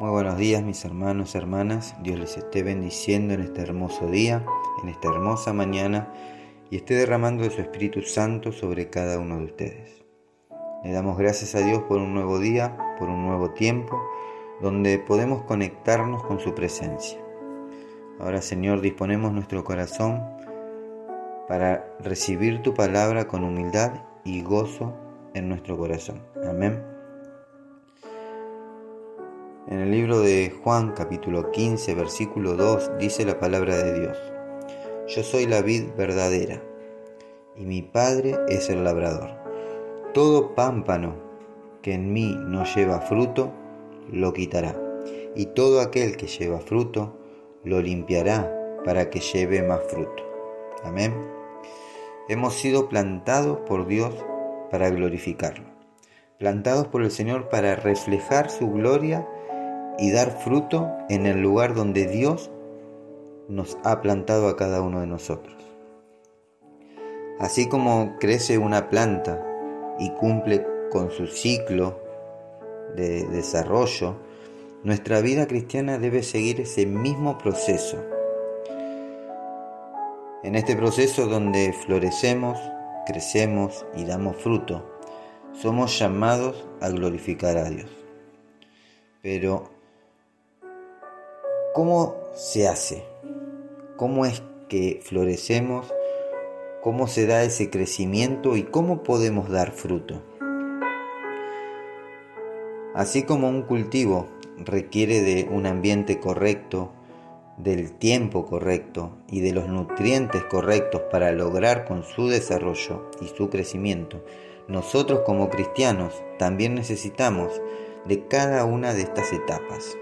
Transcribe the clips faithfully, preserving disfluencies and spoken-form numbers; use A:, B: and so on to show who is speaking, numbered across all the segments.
A: Muy buenos días mis hermanos, hermanas. Dios les esté bendiciendo en este hermoso día, en esta hermosa mañana, y esté derramando de su Espíritu Santo sobre cada uno de ustedes. Le damos gracias a Dios por un nuevo día, por un nuevo tiempo, donde podemos conectarnos con su presencia. Ahora, Señor, disponemos nuestro corazón para recibir tu palabra con humildad y gozo en nuestro corazón. Amén. En el libro de Juan, capítulo quince, versículo dos, dice la palabra de Dios: Yo soy la vid verdadera, y mi Padre es el labrador. Todo pámpano que en mí no lleva fruto, lo quitará, y todo aquel que lleva fruto, lo limpiará para que lleve más fruto. Amén. Hemos sido plantados por Dios para glorificarlo, plantados por el Señor para reflejar su gloria y dar fruto en el lugar donde Dios nos ha plantado a cada uno de nosotros. Así como crece una planta y cumple con su ciclo de desarrollo, nuestra vida cristiana debe seguir ese mismo proceso. En este proceso donde florecemos, crecemos y damos fruto, somos llamados a glorificar a Dios. Pero, ¿cómo se hace? ¿Cómo es que florecemos? ¿Cómo se da ese crecimiento y cómo podemos dar fruto? Así como un cultivo requiere de un ambiente correcto, del tiempo correcto y de los nutrientes correctos para lograr con su desarrollo y su crecimiento, nosotros como cristianos también necesitamos de cada una de estas etapas.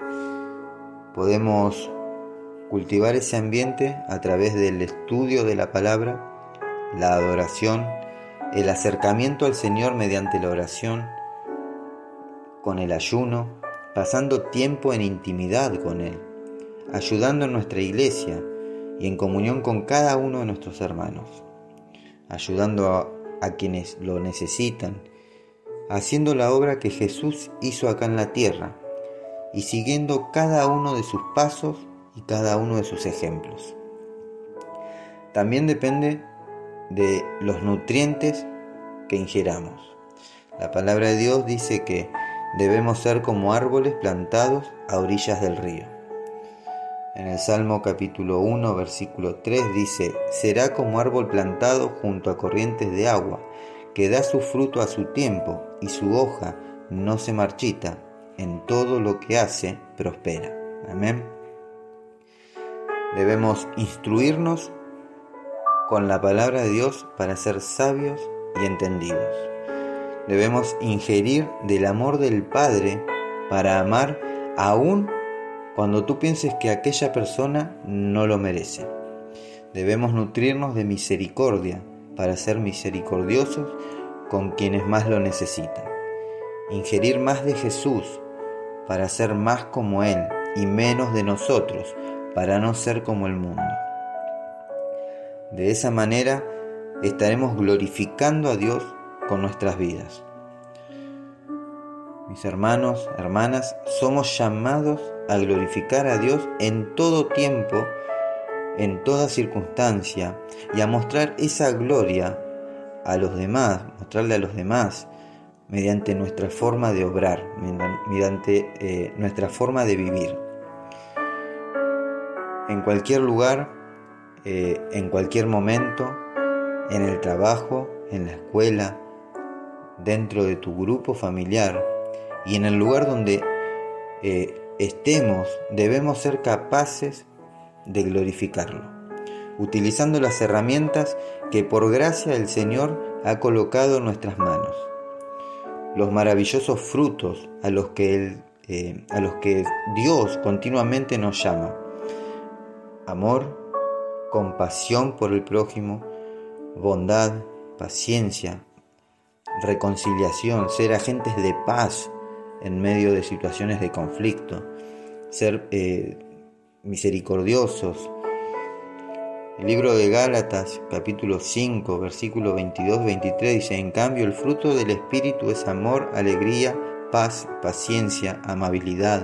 A: Podemos cultivar ese ambiente a través del estudio de la palabra, la adoración, el acercamiento al Señor mediante la oración, con el ayuno, pasando tiempo en intimidad con Él, ayudando en nuestra iglesia y en comunión con cada uno de nuestros hermanos, ayudando a, a quienes lo necesitan, haciendo la obra que Jesús hizo acá en la tierra y siguiendo cada uno de sus pasos y cada uno de sus ejemplos. También depende de los nutrientes que ingeramos. La palabra de Dios dice que debemos ser como árboles plantados a orillas del río. En el Salmo capítulo uno, versículo tres dice: Será como árbol plantado junto a corrientes de agua, que da su fruto a su tiempo y su hoja no se marchita, en todo lo que hace prospera. Amén. Debemos instruirnos con la palabra de Dios para ser sabios y entendidos. Debemos ingerir del amor del Padre para amar aún cuando tú pienses que aquella persona no lo merece. Debemos nutrirnos de misericordia para ser misericordiosos con quienes más lo necesitan. Ingerir más de Jesús para ser más como Él y menos de nosotros para no ser como el mundo. De esa manera estaremos glorificando a Dios con nuestras vidas. Mis hermanos, hermanas, somos llamados a glorificar a Dios en todo tiempo, en toda circunstancia, y a mostrar esa gloria a los demás, mostrarle a los demás mediante nuestra forma de obrar, mediante eh, nuestra forma de vivir. En cualquier lugar, eh, en cualquier momento, en el trabajo, en la escuela, dentro de tu grupo familiar y en el lugar donde eh, estemos, debemos ser capaces de glorificarlo, utilizando las herramientas que por gracia el Señor ha colocado en nuestras manos, los maravillosos frutos a los que, él, eh, a los que Dios continuamente nos llama: amor, compasión por el prójimo, bondad, paciencia, reconciliación, ser agentes de paz en medio de situaciones de conflicto, ser eh, misericordiosos. El libro de Gálatas, capítulo cinco, versículo veintidós veintitrés dice: En cambio, el fruto del Espíritu es amor, alegría, paz, paciencia, amabilidad,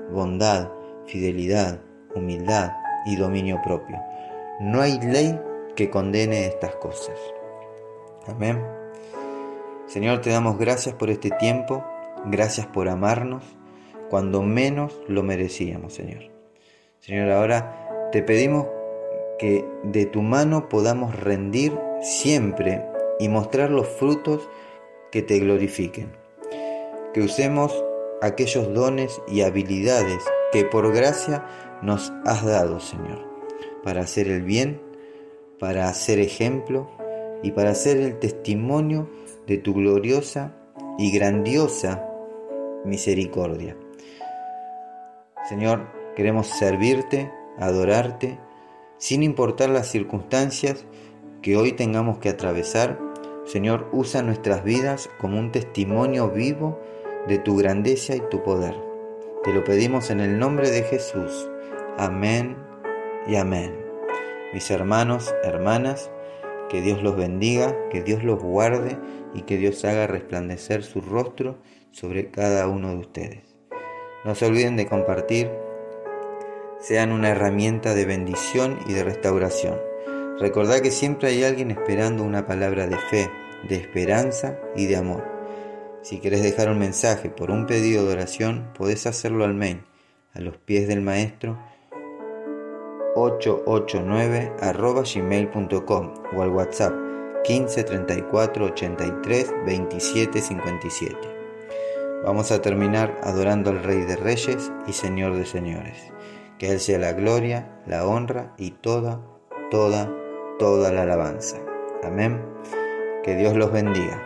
A: bondad, fidelidad, humildad y dominio propio. No hay ley que condene estas cosas. Amén. Señor, te damos gracias por este tiempo, gracias por amarnos cuando menos lo merecíamos, Señor. Señor, ahora te pedimos que de tu mano podamos rendir siempre y mostrar los frutos que te glorifiquen. Que usemos aquellos dones y habilidades que por gracia nos has dado, Señor, para hacer el bien, para hacer ejemplo y para hacer el testimonio de tu gloriosa y grandiosa misericordia. Señor, queremos servirte, adorarte, sin importar las circunstancias que hoy tengamos que atravesar. Señor, usa nuestras vidas como un testimonio vivo de tu grandeza y tu poder. Te lo pedimos en el nombre de Jesús. Amén y amén. Mis hermanos, hermanas, que Dios los bendiga, que Dios los guarde y que Dios haga resplandecer su rostro sobre cada uno de ustedes. No se olviden de compartir, sean una herramienta de bendición y de restauración. Recordad que siempre hay alguien esperando una palabra de fe, de esperanza y de amor. Si querés dejar un mensaje por un pedido de oración, podés hacerlo al mail, a los pies del maestro, ochocientos ochenta y nueve arroba gmail punto com o al WhatsApp quince treinta y cuatro ochenta y tres veintisiete cincuenta y siete. Vamos a terminar adorando al Rey de Reyes y Señor de Señores. Que Él sea la gloria, la honra y toda, toda, toda la alabanza. Amén. Que Dios los bendiga.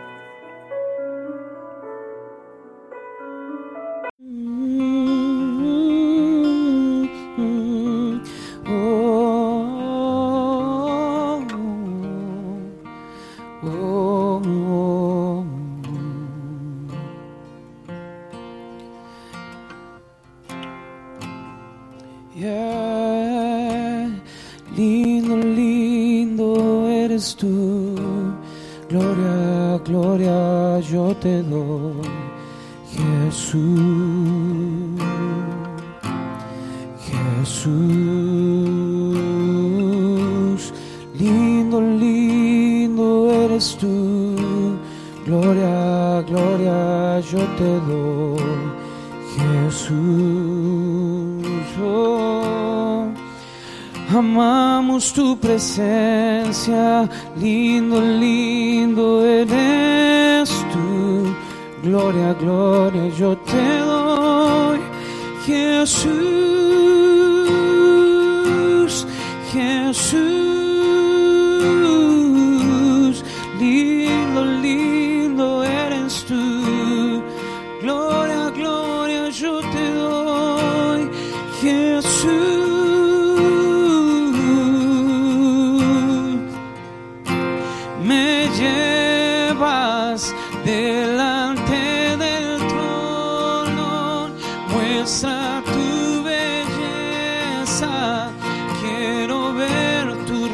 B: Yeah, lindo, lindo eres tú, gloria, gloria yo te doy, Jesús, Jesús, lindo, lindo eres tú, gloria, gloria yo te doy, Jesús. Oh, amamos tu presencia, lindo, lindo eres tú, gloria, gloria yo te doy, Jesús, Jesús, lindo, lindo eres tú, gloria, gloria yo te doy, Jesús. Me llevas delante del trono, muestra tu belleza, quiero ver tu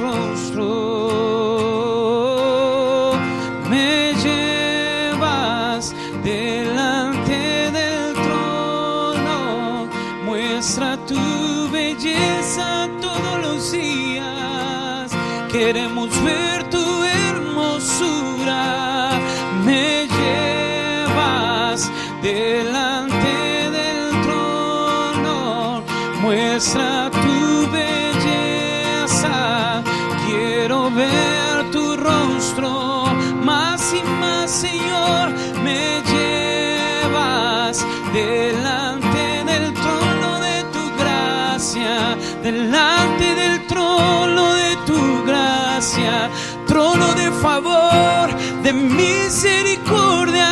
B: rostro. Me llevas delante del trono, muestra tu belleza todos los días, queremos ver tu hermosura. Me llevas delante del trono, muestra tu belleza, quiero ver tu rostro, más y más, Señor. Me llevas delante del trono de tu gracia, delante del trono de tu gracia, trono de favor, de misericordia.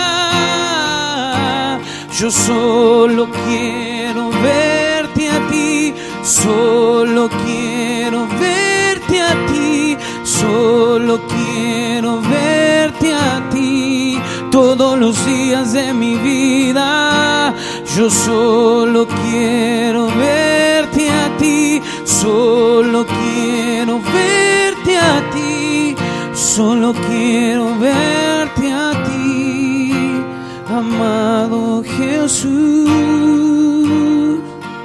B: Yo solo quiero verte a ti, solo quiero verte a ti, solo quiero verte a ti todos los días de mi vida. Yo solo quiero verte a ti, solo quiero verte a ti, solo quiero verte a ti, amado Jesús.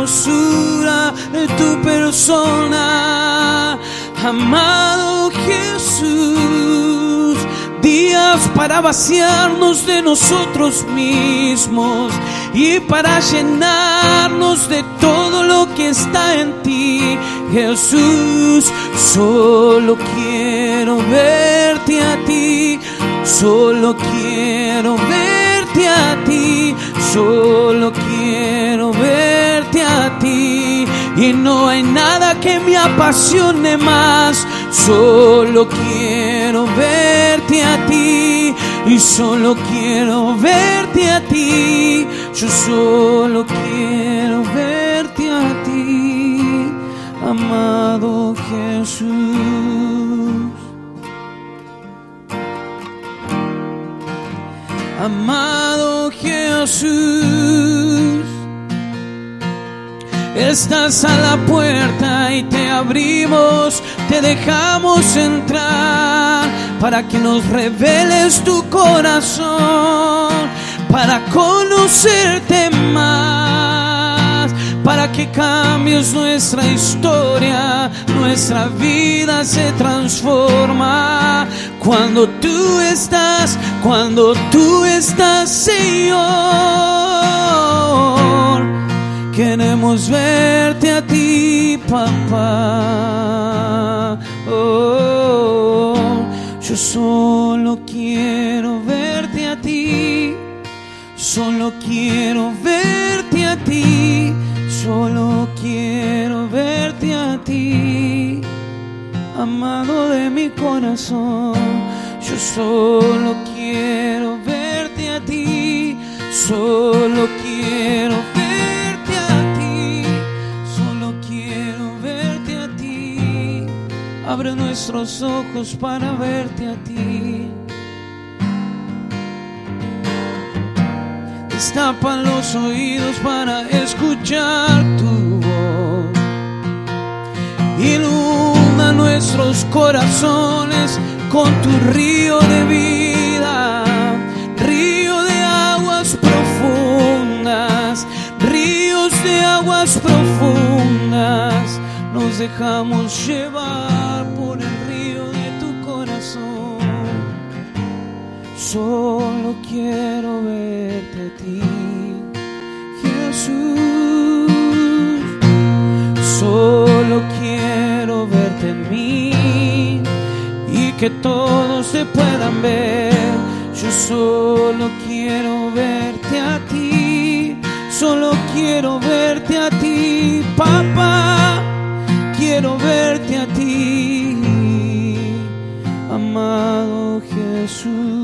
B: hermosura de tu persona, amado Jesús. Días para vaciarnos de nosotros mismos y para llenarnos de todo lo que está en ti, Jesús. Solo quiero verte a ti, solo quiero verte a ti, solo quiero verte a ti. Y no hay nada que me apasione más, solo quiero verte a ti, y solo quiero verte a ti, yo solo quiero verte a ti, amado Jesús. Amado Jesús, estás a la puerta y te abrimos, te dejamos entrar para que nos reveles tu corazón, para conocerte más, para que cambies nuestra historia, nuestra vida se transforma cuando tú estás, cuando tú estás, Señor. Queremos verte a ti, papá. Oh, yo solo quiero verte a ti, solo quiero verte a ti, solo quiero verte a ti, amado de mi corazón. Yo solo quiero verte a ti, solo quiero verte a ti, solo quiero verte a ti. Abre nuestros ojos para verte a ti. Destapa los oídos para escuchar tu voz. Inunda nuestros corazones con tu río de vida, río de aguas profundas, ríos de aguas profundas. Nos dejamos llevar por el río de tu corazón. Solo quiero verte a ti, Jesús. Solo quiero verte en mí y que todos se puedan ver. Yo solo quiero verte a ti, solo quiero verte a ti, papá. Quiero verte a ti, amado Jesús.